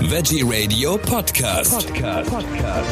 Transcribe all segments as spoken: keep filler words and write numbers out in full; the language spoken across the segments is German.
Veggie Radio Podcast. Podcast. Podcast.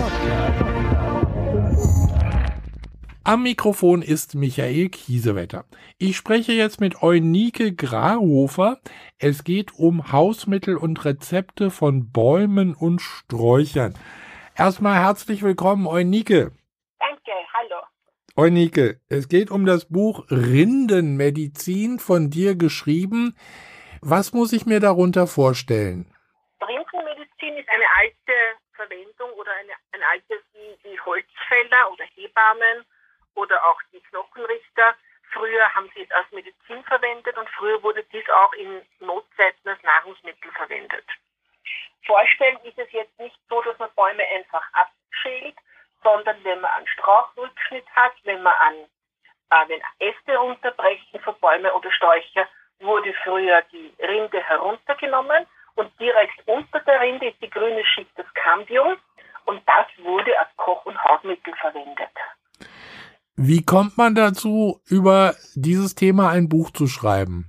Am Mikrofon ist Michael Kiesewetter. Ich spreche jetzt mit Eunike Grahofer. Es geht um Hausmittel und Rezepte von Bäumen und Sträuchern. Erstmal herzlich willkommen, Eunike. Danke, hallo. Eunike, es geht um das Buch Rindenmedizin, von dir geschrieben. Was muss ich mir darunter vorstellen? Rindenmedizin ist eine alte Verwendung oder eine, ein altes wie die Holzfäller oder Hebammen oder auch die Knochenrichter. Früher haben sie es als Medizin verwendet und früher wurde dies auch in Notzeiten als Nahrungsmittel verwendet. Vorstellen ist es jetzt nicht so, dass man Bäume einfach abschält, sondern wenn man einen Strauchrückschnitt hat, wenn man an äh, wenn Äste runterbrechen von Bäumen oder Sträucher, wurde früher die Rinde heruntergenommen und direkt unter der Rinde ist die grüne Schicht, das Cambium, und das wurde als Koch- und Hausmittel verwendet. Wie kommt man dazu, über dieses Thema ein Buch zu schreiben?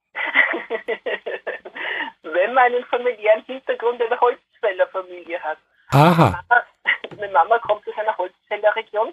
Wenn man einen familiären Hintergrund einer Holzfällerfamilie hat. Aha. Meine Mama, meine Mama kommt aus einer Holzfällerregion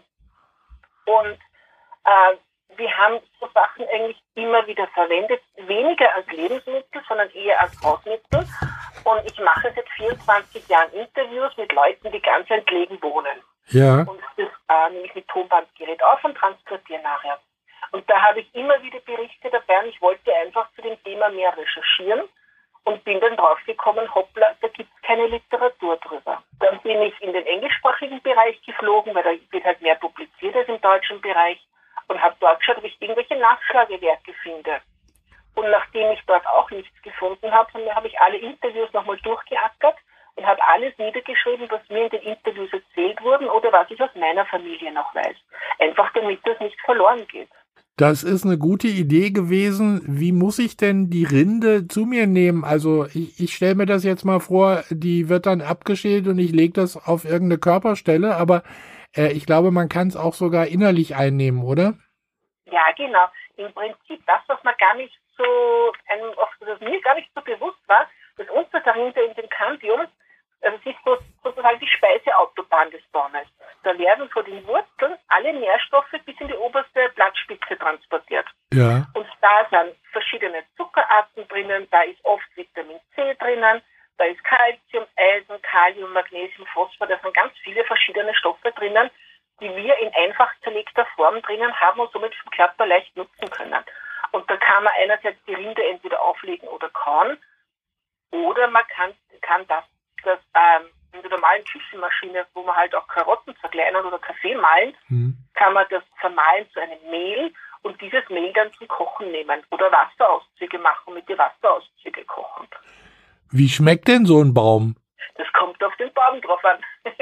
und äh, wir haben so Sachen eigentlich immer wieder verwendet, weniger als Lebensmittel, sondern eher als Hausmittel. Und ich mache seit vierundzwanzig Jahren Interviews mit Leuten, die ganz entlegen wohnen. Ja. Und das äh, nehme ich mit Tonbandgerät auf und transportiere nachher. Und da habe ich immer wieder Berichte dabei und ich wollte einfach zu dem Thema mehr recherchieren und bin dann draufgekommen, hoppla, da gibt es keine Literatur drüber. Dann bin ich in den englischsprachigen Bereich geflogen, weil da wird halt mehr publiziert als im deutschen Bereich, und habe dort geschaut, ob ich irgendwelche Nachschlagewerke finde. Und nachdem ich dort auch nichts gefunden habe, habe ich alle Interviews nochmal durchgeackert und habe alles niedergeschrieben, was mir in den Interviews erzählt wurde oder was ich aus meiner Familie noch weiß. Einfach damit das nicht verloren geht. Das ist eine gute Idee gewesen. Wie muss ich denn die Rinde zu mir nehmen? Also ich, ich stelle mir das jetzt mal vor, die wird dann abgeschält und ich lege das auf irgendeine Körperstelle, aber äh, ich glaube, man kann es auch sogar innerlich einnehmen, oder? Ja, genau. Im Prinzip das, was man gar nicht so, einem, was mir gar nicht so bewusst war, das unter der Rinde in dem Cambium, also es ist so, sozusagen die Speiseautobahn des Baumes. Da werden von den Wurzeln alle Nährstoffe bis in die oberste Blattspitze transportiert. Ja. Und da sind verschiedene Zuckerarten drinnen, da ist oft Vitamin C drinnen, da ist Calcium, Eisen, Kalium, Magnesium, Phosphor, da sind ganz viele verschiedene Stoffe drinnen, die wir in einfach zerlegter Form drinnen haben und somit vom Körper leicht nutzen können. Und da kann man einerseits die Rinde entweder auflegen oder kauen, oder man kann, kann das, das ähm, in der normalen Küchenmaschine, wo man halt auch Karotten zerkleinern oder Kaffee mahlen, hm. kann man das vermahlen zu einem Mehl und dieses Mehl dann zum Kochen nehmen oder Wasserauszüge machen, mit den Wasserauszüge kochen. Wie schmeckt denn so ein Baum? Das kommt auf den Baum drauf an.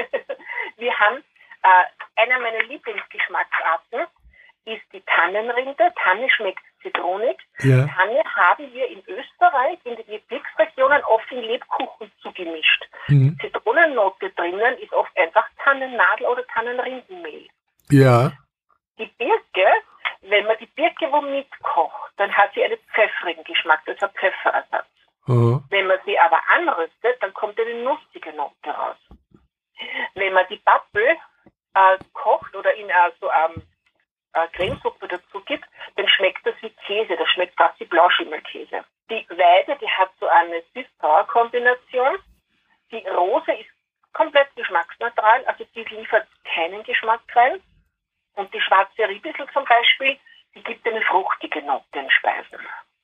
Wir haben, äh, einer meiner Lieblingsgeschmacksarten ist die Tannenrinde. Tanne schmeckt zitronig. Ja. Tanne haben wir in Österreich, in den Gebirgsregionen, oft in Lebkuchen zugemischt. Mhm. Die Zitronennote drinnen ist oft einfach Tannennadel oder Tannenrindenmehl. Ja. Die Birke, wenn man die Birke womit kocht, dann hat sie einen pfeffrigen Geschmack, das ist ein Pfefferersatz. Oh. Wenn man sie aber anrüstet, dann kommt eine nussige Note raus. Wenn man die Pappel äh, kocht oder in äh, so ähm, äh, Cremesuppe dazu gibt, dann schmeckt das wie Käse, das schmeckt fast wie Blauschimmelkäse. Die Weide, die hat so eine Süß-Sauer-Kombination. Die Rose ist komplett geschmacksneutral, also die liefert keinen Geschmack rein. Und die schwarze Riebissel zum Beispiel, die gibt eine fruchtige Note in Speisen.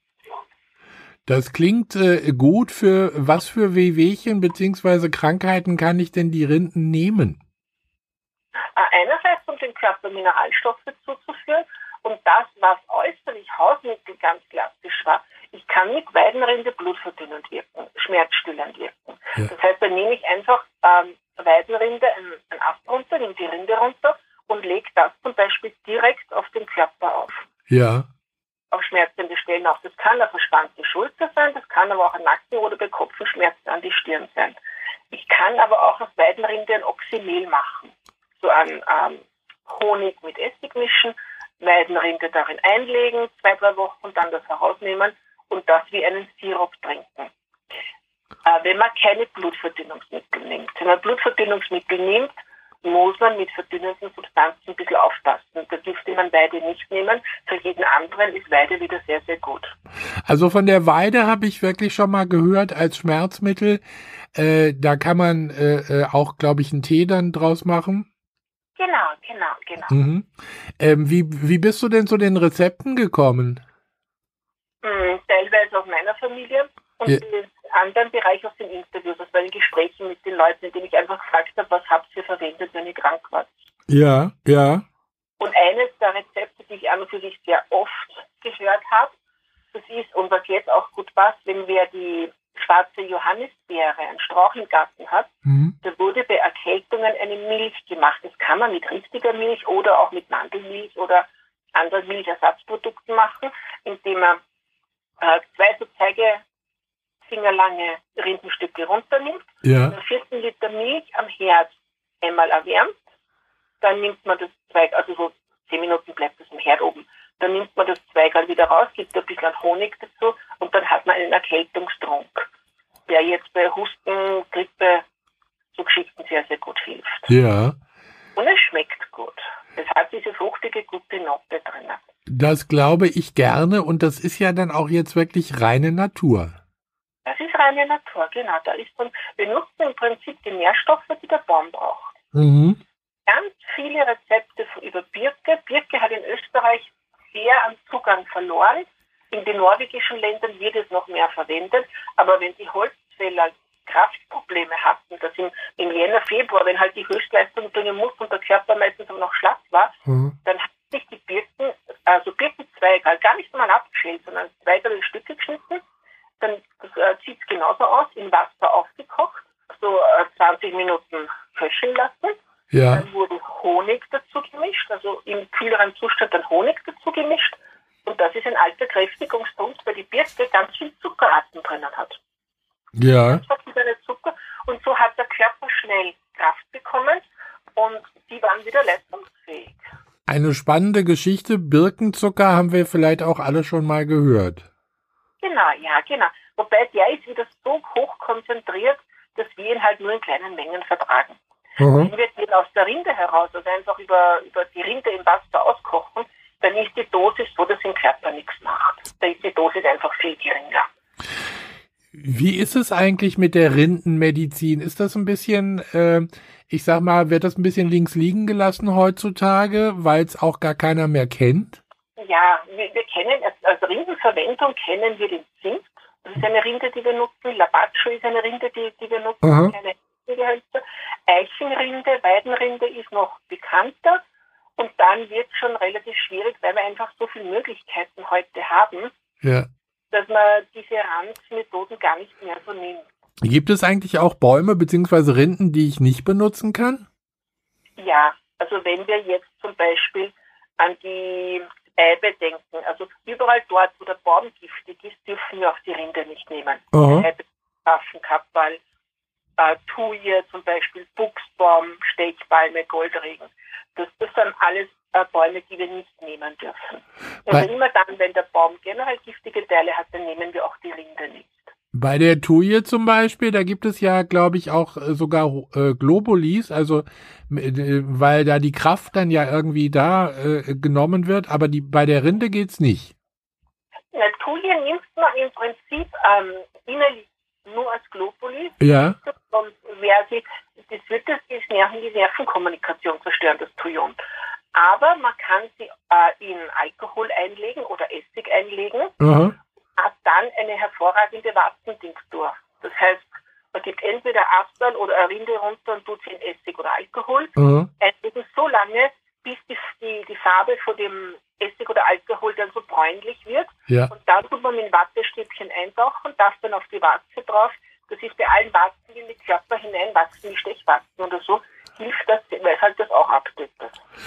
Das klingt äh, gut. Für was für Wehwehchen bzw. Krankheiten kann ich denn die Rinden nehmen? Äh, einerseits, um dem Körper Mineralstoffe zuzuführen, und das, was äußerlich Hausmittel ganz klassisch war, ich kann mit Weidenrinde blutverdünnend wirken, schmerzstillend wirken. Ja. Das heißt, dann nehme ich einfach ähm, Weidenrinde, einen, einen Ast runter, nehme die Rinde runter und lege das zum Beispiel direkt auf den Körper auf. Ja. Auf schmerzende Stellen auf. Das kann eine verspannte Schulter sein, das kann aber auch ein Nacken- oder bei Kopfschmerzen an die Stirn sein. Ich kann aber auch aus Weidenrinde ein Oxymehl machen. So ein ähm, Honig mit Essig mischen, Weidenrinde darin einlegen, zwei, drei Wochen, dann das herausnehmen und das wie einen Sirup trinken. äh, wenn man keine Blutverdünnungsmittel nimmt. Wenn man Blutverdünnungsmittel nimmt, muss man mit verdünnenden Substanzen ein bisschen aufpassen. Da dürfte man Weide nicht nehmen. Für jeden anderen ist Weide wieder sehr, sehr gut. Also von der Weide habe ich wirklich schon mal gehört als Schmerzmittel. Äh, da kann man äh, auch, glaube ich, einen Tee dann draus machen. Genau, genau, genau. Mhm. Ähm, wie, wie bist du denn zu den Rezepten gekommen? Mhm, teilweise aus meiner Familie und Ja. in anderen Bereich aus den Interviews, aus meinen Gesprächen mit den Leuten, indem ich einfach gefragt habe, was habt ihr verwendet, wenn ihr krank wart. Ja, ja. Und eines der Rezepte, die ich an und für sich sehr oft gehört habe, das ist, und was jetzt auch gut passt, wenn wer die schwarze Johannisbeere, einen Strauch im Garten hat, Mhm. da wurde bei Erkältungen eine Milch gemacht. Das kann man mit richtiger Milch oder auch mit Mandelmilch oder anderen Milchersatzprodukten machen, indem man äh, zwei so Zeigefingerlange Rindenstücke runternimmt, Ja. vierzehn Liter Milch am Herd einmal erwärmt, dann nimmt man das Zweig, also so zehn Minuten bleibt es im Herd oben, dann nimmt man das Zweigerl wieder raus, gibt ein bisschen Honig dazu und dann hat man einen Erkältungstrunk, der jetzt bei Husten, Grippe, so Geschichten sehr, sehr gut hilft. Ja. Und es schmeckt gut. Es hat diese fruchtige, gute Note drin. Das glaube ich gerne und das ist ja dann auch jetzt wirklich reine Natur. Das ist reine Natur, genau. Da ist dann, wir nutzen im Prinzip die Nährstoffe, die der Baum braucht. Mhm. Ganz viele Rezepte über Birke. Birke hat in Österreich sehr an Zugang verloren. In den norwegischen Ländern wird es noch mehr verwendet. Aber wenn die Holzfäller Kraftprobleme hatten, dass im, im Jänner, Februar, wenn halt die Höchstleistung bringen muss und der Körper meistens aber noch schlapp war, Mhm. dann hat sich die Birken, also Birkenzweige, halt gar nicht mal abgeschält, sondern Zweige in Stücke geschnitten. Dann äh, sieht es genauso aus, in Wasser aufgekocht, so äh, zwanzig Minuten köcheln lassen. Ja. Dann wurde Honig dazu gemischt, also im kühleren Zustand dann Honig dazu gemischt. Und das ist ein alter Kräftigungspunkt, weil die Birke ganz viel Zuckerarten drinnen hat. Ja. Ganz verschiedene Zucker. Und so hat der Körper schnell Kraft bekommen und die waren wieder leistungsfähig. Eine spannende Geschichte. Birkenzucker haben wir vielleicht auch alle schon mal gehört. Genau, ja, genau. Wobei der ist wieder so hoch konzentriert, dass wir ihn halt nur in kleinen Mengen vertragen. Mhm. Wenn wir den aus der Rinde heraus, also einfach über, über die Rinde im Wasser auskochen, dann ist die Dosis so, dass im Körper nichts macht. Da ist die Dosis einfach viel geringer. Wie ist es eigentlich mit der Rindenmedizin? Ist das ein bisschen, äh, ich sag mal, wird das ein bisschen links liegen gelassen heutzutage, weil es auch gar keiner mehr kennt? Ja, wir, wir kennen, als, als Rindenverwendung kennen wir den Zimt. Das ist eine Rinde, die wir nutzen. Labacho ist eine Rinde, die, die wir nutzen. Aha. Keine Gehölzer. Eichenrinde, Weidenrinde ist noch bekannter. Und dann wird es schon relativ schwierig, weil wir einfach so viele Möglichkeiten heute haben, Ja. dass man diese Randmethoden gar nicht mehr so nimmt. Gibt es eigentlich auch Bäume bzw. Rinden, die ich nicht benutzen kann? Ja, also wenn wir jetzt zum Beispiel an die Eibe denken, also überall dort, wo der Baum giftig ist, dürfen wir auch die Rinde nicht nehmen. Aha. Eibe, Affenkappball, äh, Thuje zum Beispiel, Buchsbaum, Stechpalme, Goldregen. Das, das sind alles äh, Bäume, die wir nicht nehmen dürfen. Und Weil- immer dann, wenn der Baum generell giftige Teile hat, dann nehmen wir auch die Rinde nicht. Bei der Thuje zum Beispiel, da gibt es ja, glaube ich, auch äh, sogar äh, Globulis, also äh, weil da die Kraft dann ja irgendwie da äh, genommen wird, aber die bei der Rinde geht's nicht. Na, Thuje nimmt man im Prinzip ähm, innerlich nur als Globuli. Ja. Und wer sie, das wird das die, Nerven, die Nervenkommunikation zerstören, das Thujon. Aber man kann sie äh, in Alkohol einlegen oder Essig einlegen, Aha. hat dann eine hervorragende Wattentinktur. Das heißt, man gibt entweder Asperl oder eine Rinde runter und tut sie in Essig oder Alkohol. Aha. Einlegen so lange, bis die, die, die Farbe von dem Essig oder Alkohol dann so bräunlich wird. Ja. Und dann tut man mit Wattestäbchen eintauchen, das dann auf die Warze drauf. Das ist bei allen Warzen, die in den Körper hineinwachsen, wie Stechwarzen oder so, hilft das, weil es halt das auch abtötet.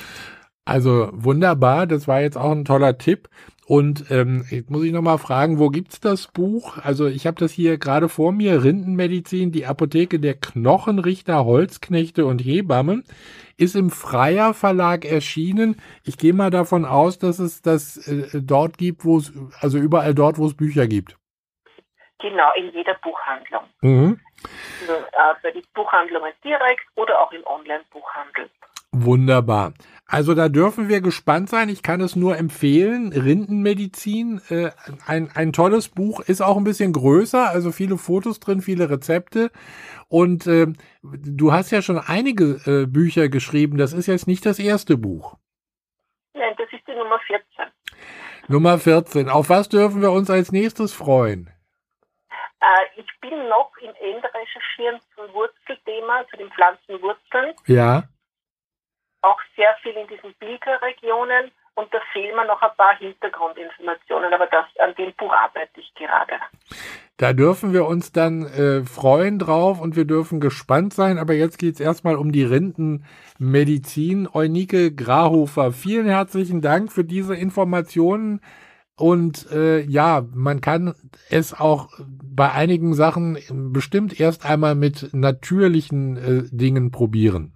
Also wunderbar, das war jetzt auch ein toller Tipp. Und ähm, jetzt muss ich nochmal fragen, wo gibt's das Buch? Also ich habe das hier gerade vor mir, Rindenmedizin, die Apotheke der Knochenrichter, Holzknechte und Hebammen, ist im Freier Verlag erschienen. Ich gehe mal davon aus, dass es das äh, dort gibt, wo es, also überall dort, wo es Bücher gibt. Genau, in jeder Buchhandlung. Mhm. Äh, bei den Buchhandlungen direkt oder auch im Online-Buchhandel. Wunderbar. Also da dürfen wir gespannt sein. Ich kann es nur empfehlen. Rindenmedizin, äh, ein, ein tolles Buch, ist auch ein bisschen größer, also viele Fotos drin, viele Rezepte. Und äh, du hast ja schon einige äh, Bücher geschrieben. Das ist jetzt nicht das erste Buch. Nein, das ist die Nummer vierzehn. Nummer vierzehn. Auf was dürfen wir uns als nächstes freuen? Äh, ich bin noch im Endrecherchieren zum Wurzelthema, zu den Pflanzenwurzeln. Ja. Auch sehr viel in diesen Pilgerregionen und da fehlen mir noch ein paar Hintergrundinformationen, aber das, an dem Buch arbeite ich gerade. Da dürfen wir uns dann äh, freuen drauf und wir dürfen gespannt sein, aber jetzt geht's erstmal um die Rindenmedizin. Eunike Grahofer, vielen herzlichen Dank für diese Informationen und äh, ja, man kann es auch bei einigen Sachen bestimmt erst einmal mit natürlichen äh, Dingen probieren.